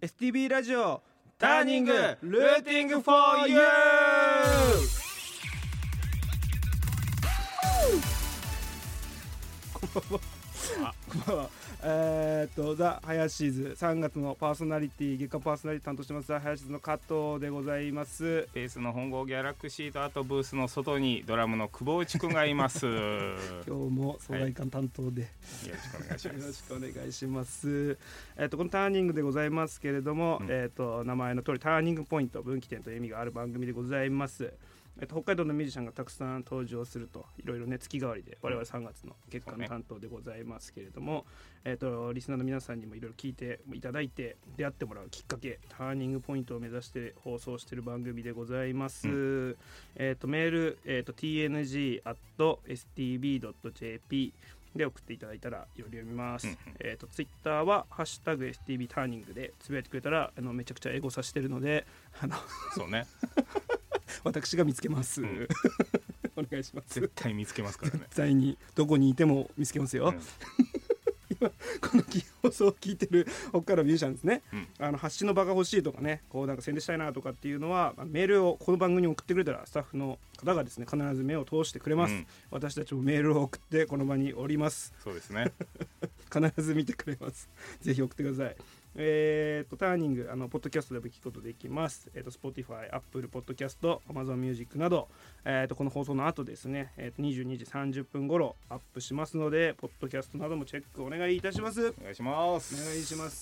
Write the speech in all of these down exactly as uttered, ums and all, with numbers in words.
エスティービー ラジオターニングルーティング for you こんばんは。こんばんは。えー、っとザ・ハヤシーズさんがつのパーソナリティ月間パーソナリティ担当してますザ・ハヤシーズの加藤でございます。 ベースの本郷ギャラクシーとあとブースの外にドラムの久保内くんがいます今日も総外観担当で、 はい、よろしくお願いしますよろしくお願いします。えー、っとこのターニングでございますけれども、うん、えー、っと名前の通りターニングポイント分岐点という意味がある番組でございます。えっと、北海道のミュージシャンがたくさん登場するといろいろね月替わりで我々さんがつの月間の担当でございますけれども、ねえっと、リスナーの皆さんにもいろいろ聞いていただいて出会ってもらうきっかけターニングポイントを目指して放送している番組でございます。うん、えっと、メール、えっと、ティーエヌジー アット エスティービー ドット ジェーピー で送っていただいたらいろいろ読みます。うん、えっと、ツイッターはハッシュタグ エスティービー ターニングでつぶやいてくれたらあのめちゃくちゃエゴさしてるのであのそうね私が見つけます、うん、お願いします。 絶対見つけますからね。 絶対にどこにいても見つけますよ、うん、今この放送を聞いてる北海道ミュージシャンですね、うん、あの発信の場が欲しいとかねこうなんか宣伝したいなとかっていうのはメールをこの番組に送ってくれたらスタッフの方がですね必ず目を通してくれます、うん、私たちもメールを送ってこの場におります。 そうですね必ず見てくれます。ぜひ送ってください。えー、とターニングあのポッドキャストでも聞くことできます。えー、と Spotify、Apple Podcast、Amazon Music など、えー、とこの放送の後ですね、えー、とにじゅうにじさんじゅっぷん頃アップしますのでポッドキャストなどもチェックお願いいたします。 お願いします。 お願いします。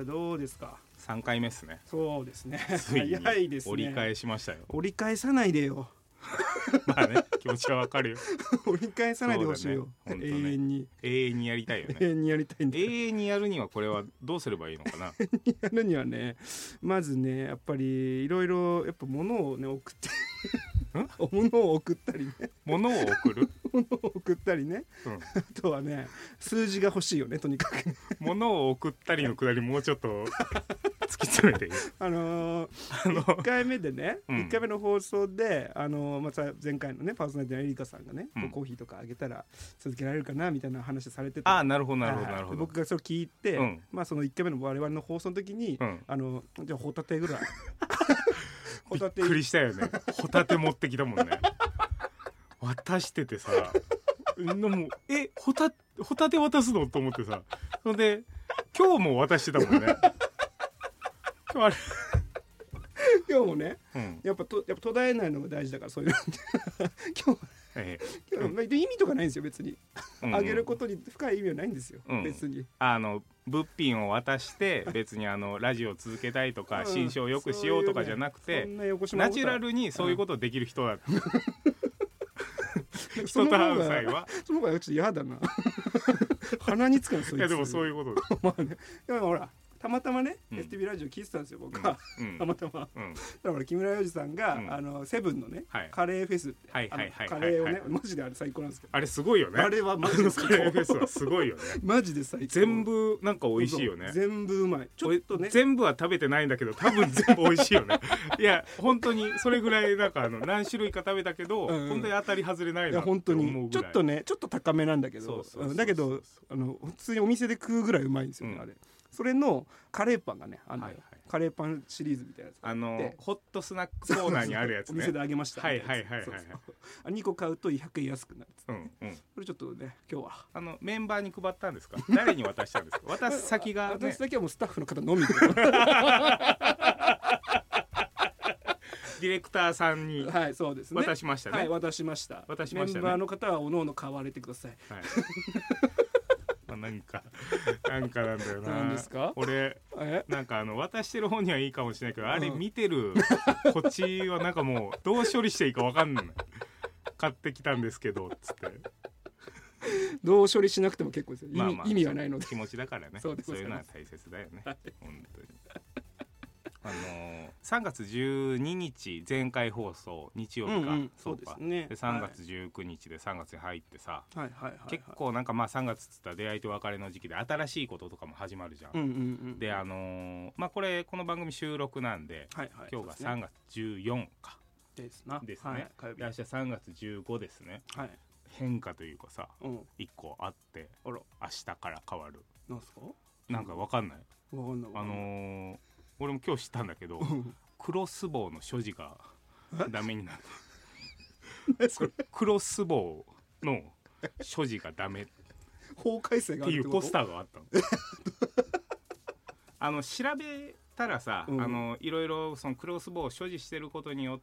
どうですか。 さんかいめですね。 そうですね。 早いですね。折り返しましたよ。 折り返さないでよまあね気持ちはわかるよ折り返さないでほしいよ、ねね、永遠に永遠にやりたいよね。 永遠にやりたいんだ。 永遠にやるにはこれはどうすればいいのかな。 永遠にやるにはねまずねやっぱりいろいろやっぱ物をね送って物を送ったりね物を送る物を送ったりね、うん、あとはね数字が欲しいよねとにかく物を送ったりのくだりもうちょっと突き詰めていいあのー、あのいっかいめでね、うん、いっかいめの放送で、あのーまあ、前回のねパーソナリティのエリカさんがね、うん、コーヒーとかあげたら続けられるかなみたいな話されてた。 あなるほどなるほどなるほど。 僕がそれを聞いて、うん、まあ、そのいっかいめの我々の放送の時に、うん、あのじゃあホタテぐらいホタテびっくりしたよね。ホタテ持ってきたもんね渡しててさもうえホタホタテ渡すのと思ってさそれで今日も渡してたもんね今日あれ今日もね、うん、やっぱとやっぱ途絶えないのが大事だからそういうの今日ええ、今日、まあ、意味とかないんですよ別に、うん、あげることに深い意味はないんですよ、うん、別にあの物品を渡して別にあのラジオを続けたいとか心象を良くしようとかじゃなくて、うんね、ナチュラルにそういうことできる人だった人と会う際はその方がちょっと嫌だな鼻につくのそういういやでもそういうことまあねでもほらたまたまね、うん、エスティービー ラジオ聞いてたんですよ僕は、うん、たまたま、うん、だから木村洋二さんが、うん、あのセブンのね、はい、カレーフェスって、はいはいはいはい、カレーをね、はい、マジであれ最高なんですけどあれすごいよね。 あれはマジで最高カレーフェスはすごいよねマジで最高。 全部なんか美味しいよね。 全部うまい。ちょっとね全部は食べてないんだけど多分全部美味しいよねいや本当にそれぐらいなんかあの何種類か食べたけど、うんうん、本当に当たり外れないなって思うぐらい。いや本当にちょっとねちょっと高めなんだけどそうそうそうそうだけどあの普通にお店で食うぐらいうまいんですよね、うん、あれ。それのカレーパンがねあの、はいはい、カレーパンシリーズみたいなやつあのホットスナックコーナーにあるやつねお店であげましたはいはいはいはい、はい、 にこ買うとひゃくえん安くなるっつって、うんうん、これちょっとね今日はあのメンバーに配ったんですか誰に渡したんですか渡す先が、ね、 渡す先はもうスタッフの方のみでディレクターさんに渡しましたね、 はい、渡しました。渡しましたね。メンバーの方はおのおの買われてください、はいなんかなんかなんだよな。 何ですか俺なんかあの渡してる方にはいいかもしれないけど、うん、あれ見てるこっちはなんかもうどう処理していいか分かんない買ってきたんですけどっつってどう処理しなくても結構ですよ、まあまあ、意味はないので気持ちだからねそういうのは大切だよね、はい、本当にあのー、さんがつじゅうににち前回放送日曜日か、うんうん、そうか、そうですね、でさんがつじゅうくにちでさんがつに入ってさ、はいはいはいはい、結構なんかまあさんがつっつったら出会いと別れの時期で新しいこととかも始まるじゃん、うんうんうん、であのー、まあこれこの番組収録なんで、はいはい、今日がさんがつじゅうよっかですなですね、 はい、 で明日さんがつじゅうごですね、はい、変化というかさ、うん、いっこあって明日から変わる。 なんすか？ なんかわかんない。 あのー、俺も今日知ったんだけどクロスボウの所持がダメになるクロスボウの所持がダメ法改正があるっていうポスターがあったのあの調べたらさ、うん、あのいろいろそのクロスボウを所持してることによって、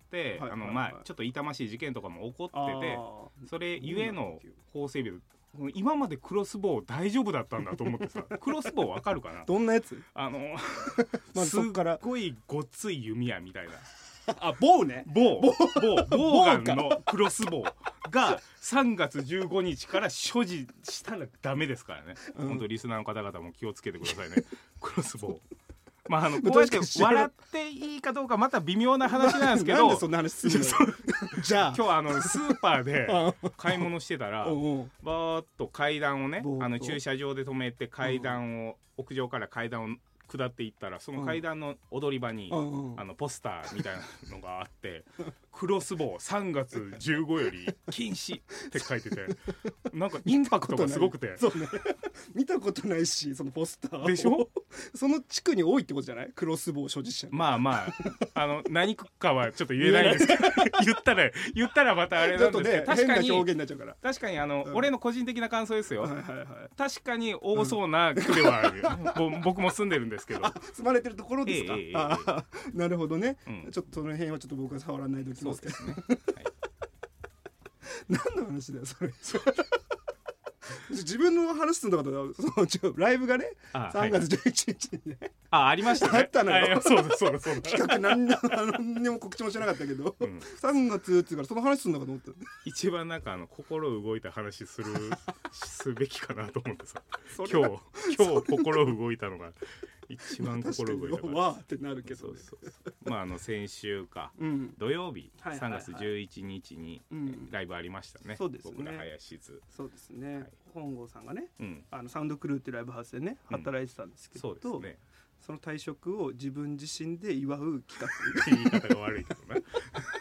はいはいはい、あのまあちょっと痛ましい事件とかも起こってて、それゆえの法整備で今までクロスボウ大丈夫だったんだと思ってさクロスボウわかるかなどんなやつあのまずそっからすっごいごっつい弓矢みたいなあ、ボウねボウボウボウガンのクロスボウがさんがつじゅうごにちから所持したらダメですからね、うん、本当リスナーの方々も気をつけてくださいねクロスボウまあ、あのこうやって笑っていいかどうかまた微妙な話なんですけどなんでそんな話するのじゃあ今日あのスーパーで買い物してたらバーッと階段をねあの駐車場で止めて階段を屋上から階段を下っていったらその階段の踊り場にあのポスターみたいなのがあってクロスボウさんがつじゅうごより禁止って書いててなんかインパクトがすごくてそうね見たことないしそのポスターでしょその地区に多いってことじゃないクロスボウ所持者まあまああの何区かはちょっと言えないんですけど言ったら言ったらまたあれなんですけど、ね、確かに変な表現になっちゃうから確かにあの、うん、俺の個人的な感想ですよ、 はいはいはい、 確かに多そうな区ではあるよ、うん、僕も住んでるんですけど住まれてるところですか、えーえーえー、なるほどね、うん、ちょっとその辺はちょっと僕は触らないでおきますけどね、はい、何の話だよそれ自分の話するのかとそのライブがねさんがつじゅういちにちにね、はい、 あありましたねあったのよそうだそうだそうだ企画何にも告知もしなかったけど、うん、さんがつって言うからその話するのかと思った一番なんかあの心動いた話するすべきかなと思ってさ今日今日心動いたのが一番心動いたからわーってなるけど、ね、 そうそうそうまああの先週か、うん、土曜日、はいはいはい、さんがつじゅういちにちに、うん、ライブありましたね、 そうですね僕ら林津そうですね、はい、本郷さんがね、 うん、 あのサウンドクルーっていうライブハウスでね働いてたんですけど、うん、そうですね、その退職を自分自身で祝う企画言い方が悪いけどね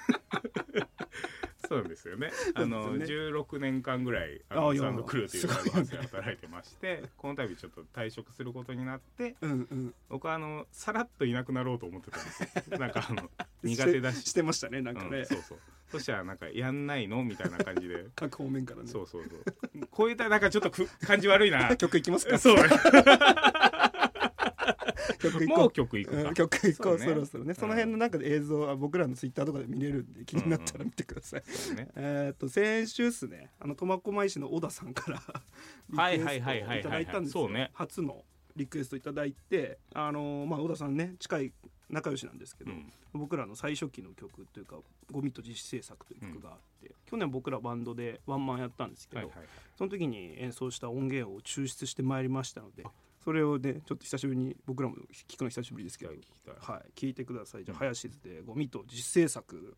そうなんですよね。あの、ね、じゅうろくねんかんぐらいあのサウンドクルーというライブハウスで働いてましてこの度ちょっと退職することになって、 うんうん、 僕はあのさらっといなくなろうと思ってたんですよなんかあの苦手だししてましたねなんかね、 うん、そうそうそしたらなんかやんないのみたいな感じで各方面からねそうそうそうこういったなんかちょっとく感じ悪いな曲いきますかそう曲いこうもう曲いこうか、 うん、曲いこう そ,、ね、そろそろね、うん、その辺のなんか映像は僕らのツイッターとかで見れるんで気になったら見てください、 うんうんね、 えっと先週っすねあの苫小牧市の小田さんからリクエストをいただいたんですよ、初のリクエストいただいてあのー、まあ小田さんね近い仲良しなんですけど、うん、僕らの最初期の曲というかゴミと自主制作という曲があって、うん、去年僕らバンドでワンマンやったんですけど、はいはいはい、その時に演奏した音源を抽出してまいりましたのでそれをねちょっと久しぶりに僕らも聞くの久しぶりですけど、はい、聞いてください。じゃあ林津でゴミと自主制作。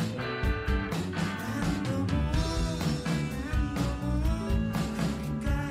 何度も何度も繰り返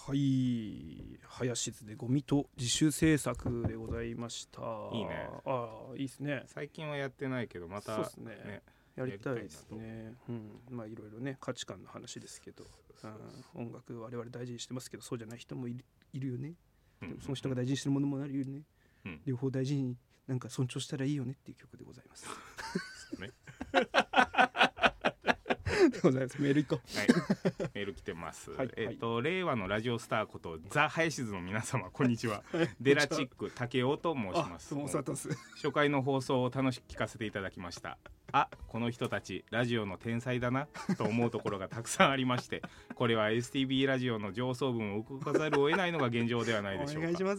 はい、林津でゴミと自主制作でございました。 いいね。 ああ、いいですね。 最近はやってないけどまたそうですね、 ねやりたいですね。うん、まあいろいろね価値観の話ですけど、うん、音楽我々大事にしてますけどそうじゃない人もいる、いるよね、うん、でもその人が大事にしてるものもあるよね、うん、両方大事になんか尊重したらいいよねっていう曲でございます。ねでございます。メール行こう。 はい、メール来てます。はい、えっと、はい、令和のラジオスターことザ・ハヤシズの皆様こんにちは。デラチック竹雄と申します。初回の放送を楽しく聞かせていただきました。あ、この人たちラジオの天才だなと思うところがたくさんありまして、これは エスティービー ラジオの上層部を動かざるを得ないのが現状ではないでしょうか。 お願いします。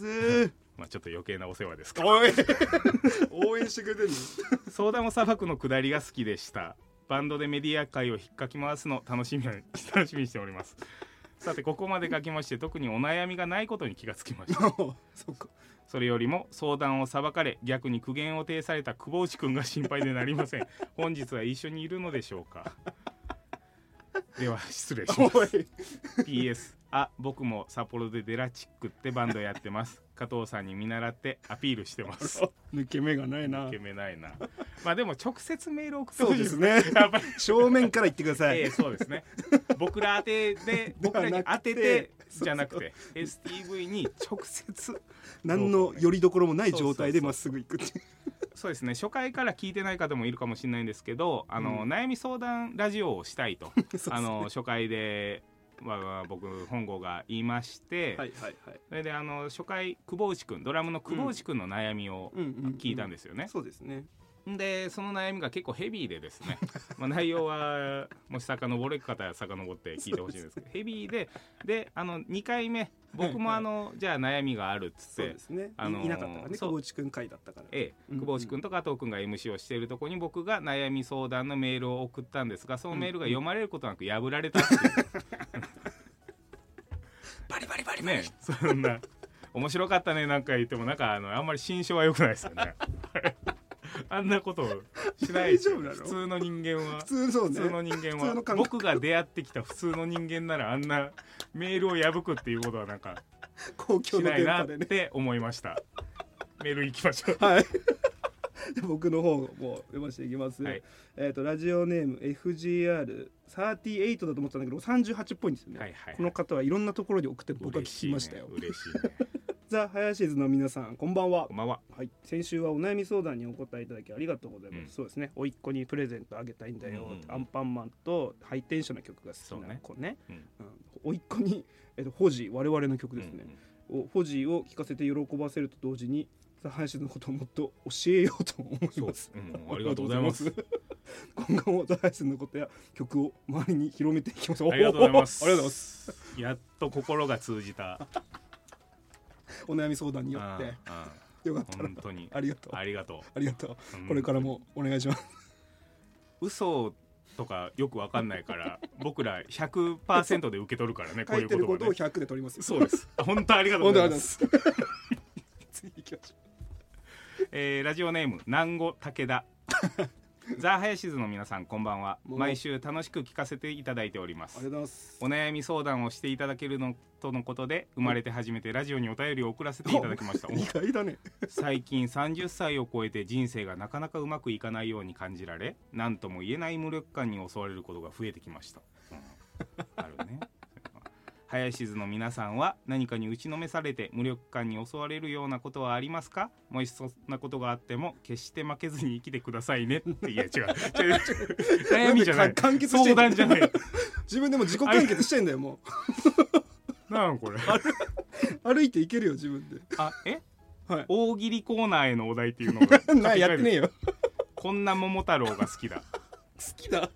まあちょっと余計なお世話ですか。 応援してくれてるの。 相談を裁くのくだりが好きでした。バンドでメディア界を引っかき回すの楽しみに楽しみにしております。さてここまで書きまして特にお悩みがないことに気がつきました。 そうか。 それよりも相談を裁かれ逆に苦言を呈された久保内くんが心配でなりません。本日は一緒にいるのでしょうか。では失礼します。ピーエス あ、僕も札幌でデラチックってバンドやってます。加藤さんに見習ってアピールしてます。 抜け目がないな。 抜け目ないな。まあでも直接メール送ってほしいですね。やっぱり正面から言ってください。 えー、そうですね。僕ら当てで僕らに当ててじゃなくて エスティーブイ に直接何のよりどころもない状態でまっすぐ行くっていう。 そうですね。初回から聞いてない方もいるかもしれないんですけど、あの、うん、悩み相談ラジオをしたいと、ね、あの初回で。まあ、僕本郷が言いまして、はいはいはい、それであの初回久保内くんドラムの久保内くんの悩みを聞いたんですよね。 そうですね。 でその悩みが結構ヘビーでですねまあ内容はもし遡れる方は遡って聞いてほしいんですけどヘビーでであのにかいめ僕もあの、はい、じゃあ悩みがあるっつって、 そうですね、あのー、いなかったからね久保内くん会だったから、 ええ、久保内くんと加藤くんが エムシー をしているところに僕が悩み相談のメールを送ったんですがそのメールが読まれることなく破られたっていう、うんバリバリバリバリ、 ね、そんな面白かったねなんか言ってもなんかあのあんまり心象は良くないですよねあんなことをしないですよ。普通の人間は普通、そうね、 普通の人間は僕が出会ってきた普通の人間ならあんなメールを破くっていうことはなんかしないなって思いました。メール行きましょう。 はい僕の方も読ませていきます、はい、えーとラジオネーム エフジーアールさんじゅうはち だと思ってたんだけどさんじゅうはちっぽいんですよね、はいはいはい、この方はいろんなところに送って僕は聞きましたよ。 嬉しいね。 ザ・ハヤシズの皆さんこんばんは。 こんばんは、 はい、先週はお悩み相談にお答えいただきありがとうございます、うん、そうですね。おいっ子にプレゼントあげたいんだよ、うんうん、アンパンマンとハイテンションな曲が好きな子 ね, ね、うんうん、おいっ子に、えー、とホジ我々の曲ですね、うんうん、ホジを聴かせて喜ばせると同時にザ・ハヤシズのことをもっと教えようと思います。 うん、ありがとうございます今後もザ・ハヤシズのことや曲を周りに広めていきます。 ありがとうございます。 ありがとうございます。 やっと心が通じたお悩み相談によってよかったら本当にありがとうありがとうありがとう、うん、これからもお願いします。 嘘とかよくわかんないから僕ら ひゃくパーセント で受け取るからねこういうことはね。書いてることをひゃくで取りますよ。 そうです。本当ありがとうございます次行きましょう。 えー、ラジオネーム南郷武田ザ・ハヤシズの皆さんこんばんは。毎週楽しく聞かせていただいております。 ありがとうございます。 お悩み相談をしていただけるのとのことで生まれて初めてラジオにお便りを送らせていただきました。 意外だね最近さんじゅっさいを超えて人生がなかなかうまくいかないように感じられ何とも言えない無力感に襲われることが増えてきました、うん、あるねハヤシズの皆さんは何かに打ちのめされて無力感に襲われるようなことはありますか？もしそんなことがあっても決して負けずに生きてくださいねっていや違う悩みじゃない完結相談じゃない自分でも自己完結してんだよもうなんこれ歩いていけるよ自分で。 あえ、はい、大喜利コーナーへのお題っていうのがなやってねえよこんな桃太郎が好きだ好きだ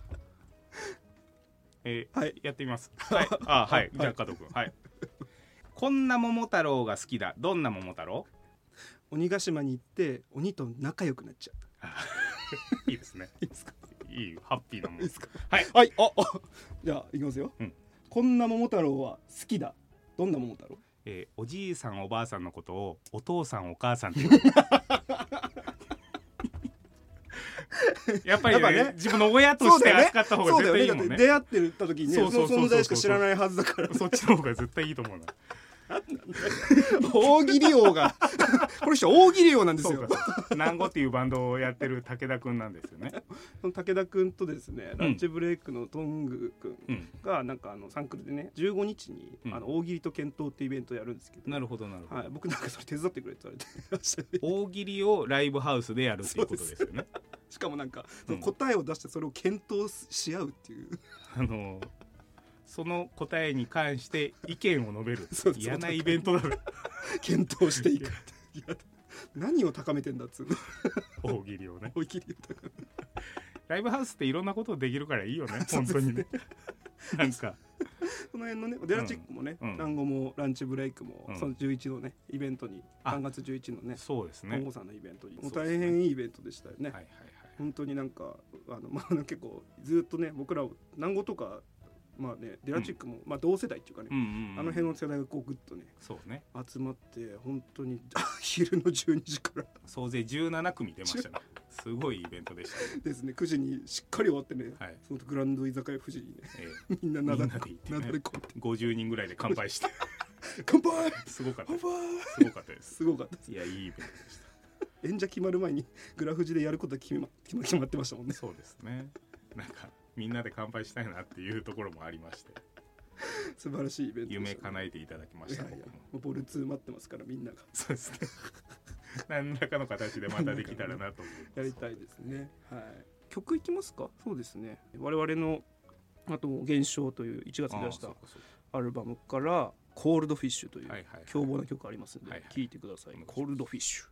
えーはい、やってみます。はい、あ、はい、じゃあ加藤君、はい。こんな桃太郎が好きだ。どんな桃太郎？ 鬼ヶ島に行って鬼と仲良くなっちゃう。いいですね。 いいですか？ いいハッピーなもの。 いいですか？ はい。 はい。あ、あ、じゃあ行きますよ、うん。こんな桃太郎は好きだ。どんな桃太郎？ えー、おじいさんおばあさんのことをお父さんお母さんって言う。 やっぱり、ね、やっぱね自分の親として扱った方が絶対いいもんね。 そうだよね。出会ってた時にねその存在しか知らないはずだから、ね、 そっちの方が絶対いいと思うな。 なんなんだよ大喜利王がこの人大喜利王なんですよ。 南郷っていうバンドをやってる武田くんなんですよね。 その武田くんとですね、ランチブレイクのトングくんがなんかあのサンクルでねじゅうごにちに、うん、あの大喜利と検討ってイベントをやるんですけど、 なるほどなるほど、 はい、僕なんかそれ手伝ってくれって言われて大喜利をライブハウスでやるっていうことですよね。 しかもなんか、うん、答えを出してそれを検討し合うっていうあのーその答えに関して意見を述べる嫌なイベントだろ。 検討していくいや何を高めてんだっつうの大喜利をね。 大喜利を高めるライブハウスっていろんなことできるからいいよね本当にね。なんかこの辺のねデラチックもね、うん、南郷もランチブレイクも、うん、そのじゅういちのねイベントにさんがつじゅういちのねそうですね南郷さんのイベントにもう大変いいイベントでしたよね。 はいはいはい、 本当になんかあの、まあ、結構ずっとね僕ら南郷とかまあね、デラチックも、うん、まあ、同世代っていうかね、うんうんうん、あの辺の世代がこうグッとね、 そうね集まって本当に昼のじゅうにじから総勢じゅうななくみ出ましたね。すごいイベントでした、ね、 ですね。くじにしっかり終わってね、はい、そのグランド居酒屋富士にね、ええ、みんななだれ込んで、ね、 ごじゅうにんぐらいで乾杯して乾杯すごかった乾杯すごかったですすごかったです。 いやいいイベントでした演者決まる前にグラフジでやることは決め、ま、決まってましたもんね。 そうですね。なんかみんなで乾杯したいなっていうところもありまして素晴らしいイベントでした、ね、 夢叶えていただきました。いやいやもうボルツー待ってますからみんなが。 そうですね何らかの形でまたできたらなと思います。 やりたいですね、はい、曲いきますか。そうですね、我々のあと現象といういちがつに出したアルバムからコールドフィッシュという凶暴な曲ありますので聴いてください。コールドフィッシュ。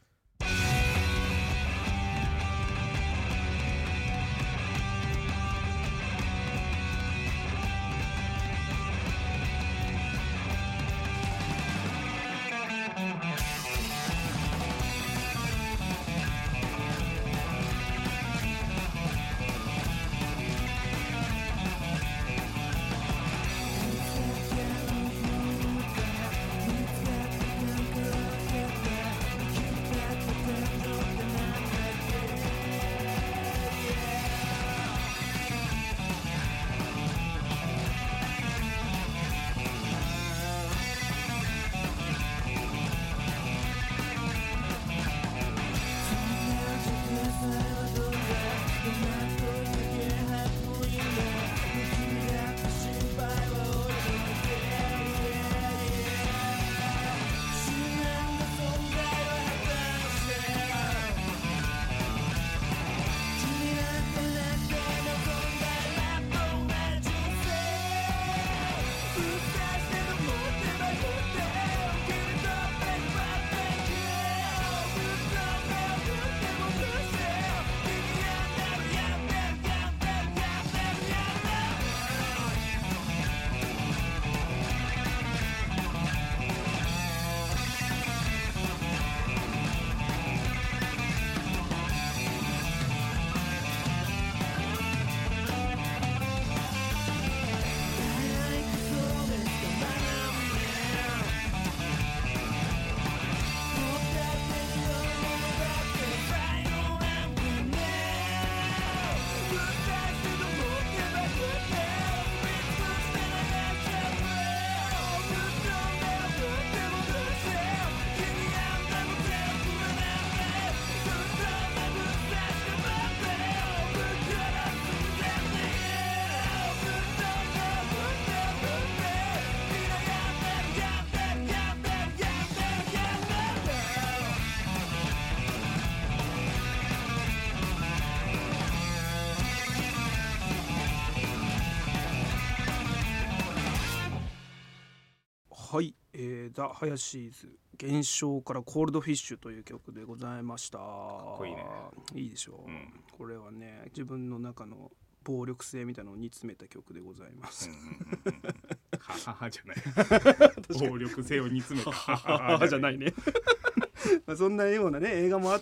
はい、えー、ザ・ハヤシーズ現象からコールドフィッシュという曲でございました。かっこいいね。 いいでしょう、うん、これはね自分の中の暴力性みたいなのを煮詰めた曲でございます。 はははじゃない暴力性を煮詰めたはははじゃないねまあそんなようなね映画もあって、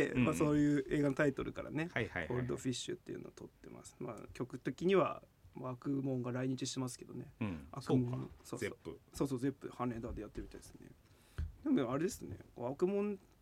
うんまあ、そういう映画のタイトルからね、はいはいはいはい、コールドフィッシュっていうのを撮ってます。まあ、曲的には悪門が来日してますけどね、 うん、 悪門そうかゼップそうそうゼップ羽田でやってるみたいですね。でもあれですね悪門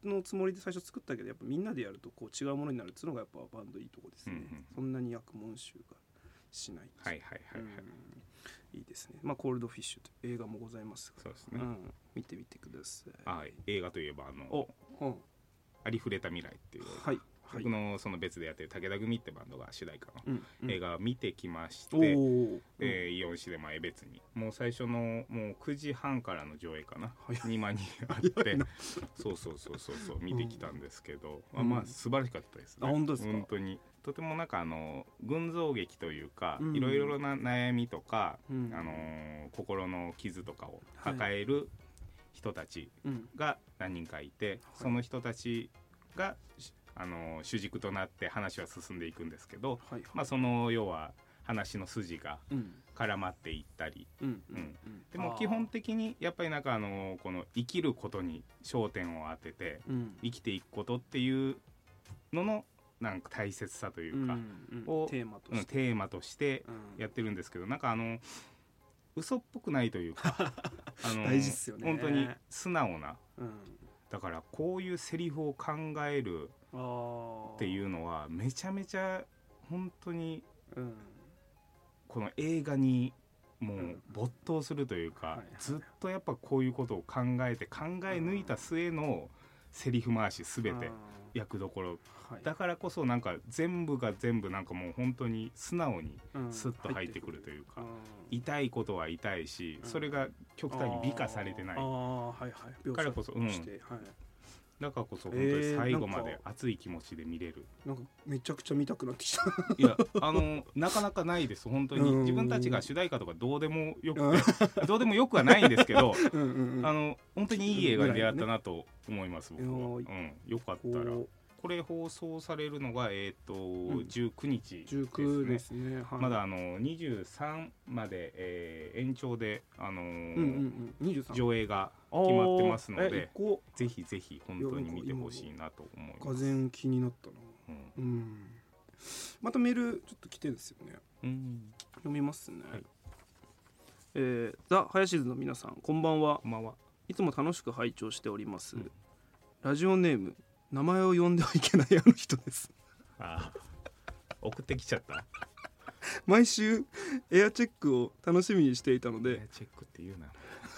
のつもりで最初作ったけどやっぱみんなでやるとこう違うものになるっていうのがやっぱバンドいいとこですね、うんうん、そんなに悪問集がしない。 はいはいはいはい、 うん、いいですね。まあコールドフィッシュという映画もございますが、 そうですね、 うん、見てみてください。 はい、映画といえばあのお、うん、 ありふれた未来っていう、 はい、 僕のその別でやってる武田組ってバンドが主題歌うん、 の映画を見てきまして、 うんえー、イオンシネマ江別にもう最初のもうくじはんからの上映かなにまにあってそうそうそうそうそう見てきたんですけど、うん、まあ、まあ素晴らしかったですね。 あ、本当ですか。 本当にとてもなんかあの群像劇というか、いろいろな悩みとか、うん、あのー、心の傷とかを抱える人たちが何人かいて、はい、その人たちがあの主軸となって話は進んでいくんですけど、はいはい、まあ、その要は話の筋が絡まっていったり、うんうん、でも基本的にやっぱりなんかあのこの生きることに焦点を当てて、うん、生きていくことっていうののなんか大切さというか、 うんうん、 をテーマとして、 うん、テーマとしてやってるんですけど、なんかあの嘘っぽくないというかあの大事っすよね。 本当に素直な、 うん、 だからこういうセリフを考えるっていうのはめちゃめちゃ本当にこの映画にもう没頭するというか、ずっとやっぱこういうことを考えて考え抜いた末のセリフ回し全て役どころだからこそなんか全部が全部なんかもう本当に素直にスッと入ってくるというか、痛いことは痛いしそれが極端に美化されてないからこそ、うん、だからこそ本当に最後まで熱い気持ちで見れる、 えー、なんかめちゃくちゃ見たくなってきたいやあのなかなかないです本当に。自分たちが主題歌とかどうでもよくてどうでもよくはないんですけどうんうん、うん、あの本当にいい映画に出会ったなと思います、僕は、うん、よかったらこれ放送されるのが、えーとうん、じゅうくにちですね。じゅうくですね、はい、まだあのにじゅうさんまで、えー、延長で、あのーうんうんうん、上映が決まってますので、ぜひぜひ本当に見てほしいなと思います。 がぜん気になったな、うんうん、またメールちょっと来てるんですよね、うん、読みますね、はい。えー、ザ・ハヤシズの皆さんこんばんは。 こんばんは。 いつも楽しく拝聴しております、うん、ラジオネーム名前を呼んではいけないあの人です。 ああ、送ってきちゃった毎週エアチェックを楽しみにしていたので。 エアチェックって言うな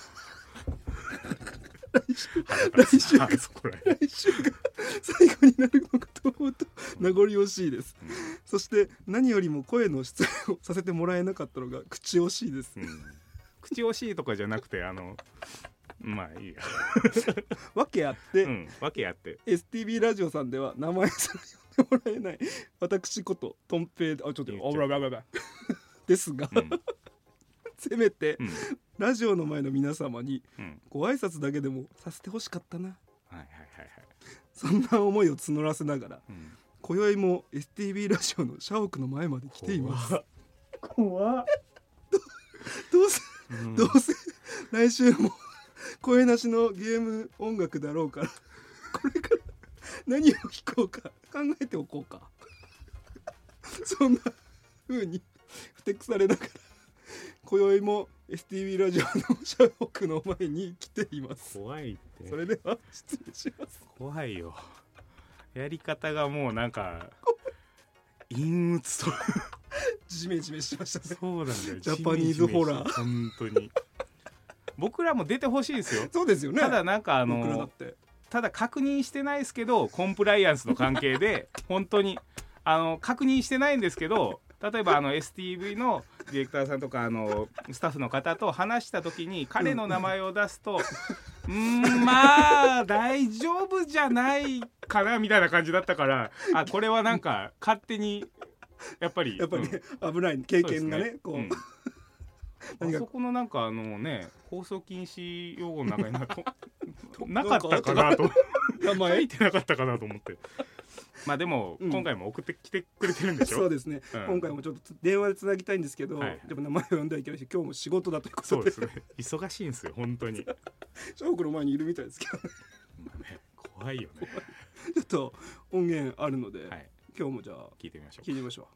来週来週が来週が最後になるのかと思うと名残惜しいです、うん、そして何よりも声の出演をさせてもらえなかったのが口惜しいです、うん、 口惜しいとかじゃなくてあのまあいいやわけあって、 うん、わけあってエスティービー ラジオさんでは名前さえ呼んでもらえない私ことトンペイあちょっとあブラブラブラですが、うん、せめて、うん、ラジオの前の皆様にご挨拶だけでもさせてほしかったな、 はいはいはいはい、 そんな思いを募らせながら、うん、今宵も エスティービー ラジオの社屋の前まで来ています。 怖っど, どうせ、うん、どうせ来週も声なしのゲーム音楽だろうからこれから何を弾こうか考えておこうかそんな風にふてくされながら今宵も エスティービー ラジオの社屋の前に来ています。 怖いって。 それでは失礼します。 怖いよ。やり方がもうなんか陰鬱とジメジメしましたね。 そうなんだよ。 ジャパニーズホラー。 本当に。僕らも出てほしいですよ。 そうですよね。 ただなんかあの僕らだってただ確認してないですけどコンプライアンスの関係で本当にあの確認してないんですけど、例えばあの エスティーブイ のディレクターさんとかあのスタッフの方と話した時に彼の名前を出すとうーんまあ大丈夫じゃないかなみたいな感じだったから、あこれはなんか勝手にやっぱりやっぱり、ねうん、危ない経験が ね, ねこう、うんあそこのなんかあのね放送禁止用語の中にな, なかったかなと名前書いてなかったかなと思ってまあでも、うん、今回も送ってきてくれてるんでしょ。 そうですね、うん、今回もちょっと電話でつなぎたいんですけど、はいはい、でも名前を呼んではいけないし今日も仕事だということで。 そうですね忙しいんですよ本当に社屋の前にいるみたいですけど、 まあね、怖いよねちょっと音源あるので、はい、今日もじゃあ聞いてみましょう聞いてみましょう。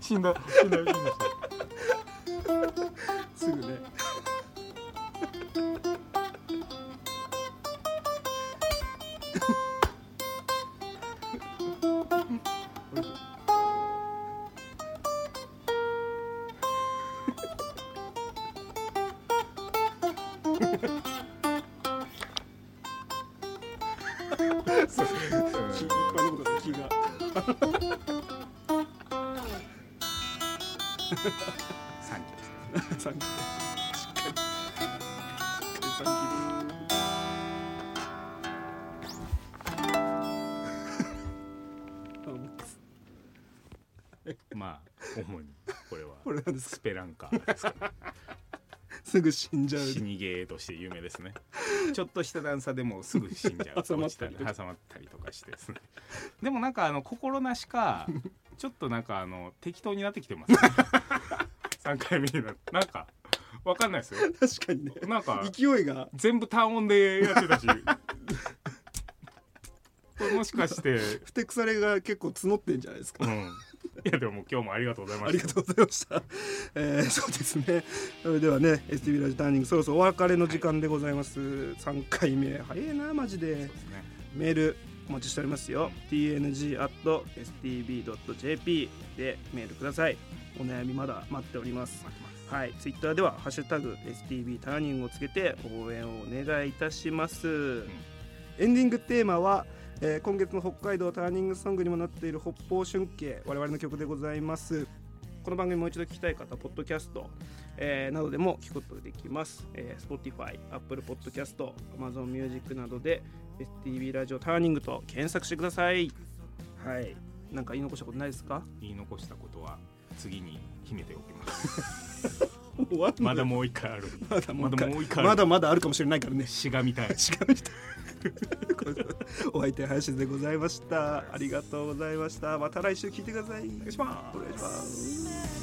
死んだ死んだ死んだすぐねそう一般のことだ気がサンキューサンキューしっかりしっかりサンキューまあ主にこれはこれなんですかスペランカーですかすぐ死んじゃう死にゲーとして有名ですねちょっとした段差でもすぐ死んじゃう挟まったり落ち挟まったりとかしてですねでもなんかあの心なしかちょっとなんかあの適当になってきてます、ね、さんかいめになってなんかわかんないですよ確かにねなんか勢いが全部単音でやってたしこれもしかしてふてくされが結構募ってんじゃないですか、 うん、いやでも今日もありがとうございましたありがとうございました、えー、そうですねそれではね エスティービー ラジオターニングそろそろお別れの時間でございます、はい、さんかいめ早いなマジで、そうですね、メールお待ちしておりますよ、うん、ティーエヌジー アット エスティービー ドット ジェーピー でメールください。お悩みまだ待っております。待ってます。はい、ツイッターではハッシュタグ エスティービー ターニングをつけて応援をお願いいたします、うん、エンディングテーマは、えー、今月の北海道ターニングソングにもなっている北方春景我々の曲でございます。この番組もう一度聞きたい方ポッドキャスト、えー、などでも聞くことができます、えー、Spotify、Apple Podcast、Amazon Music などで エスティービー ラジオターニングと検索してください。はい、なんか言い残したことないですか？ 言い残したことは次に秘めておきますまだもう一回あるまだもう一回、まだもう一回あるまだまだあるかもしれないからね。 しがみたいしがみたいお相手林でございました。ありがとうございました。また来週聞いてください。 お願いします。 お願いします。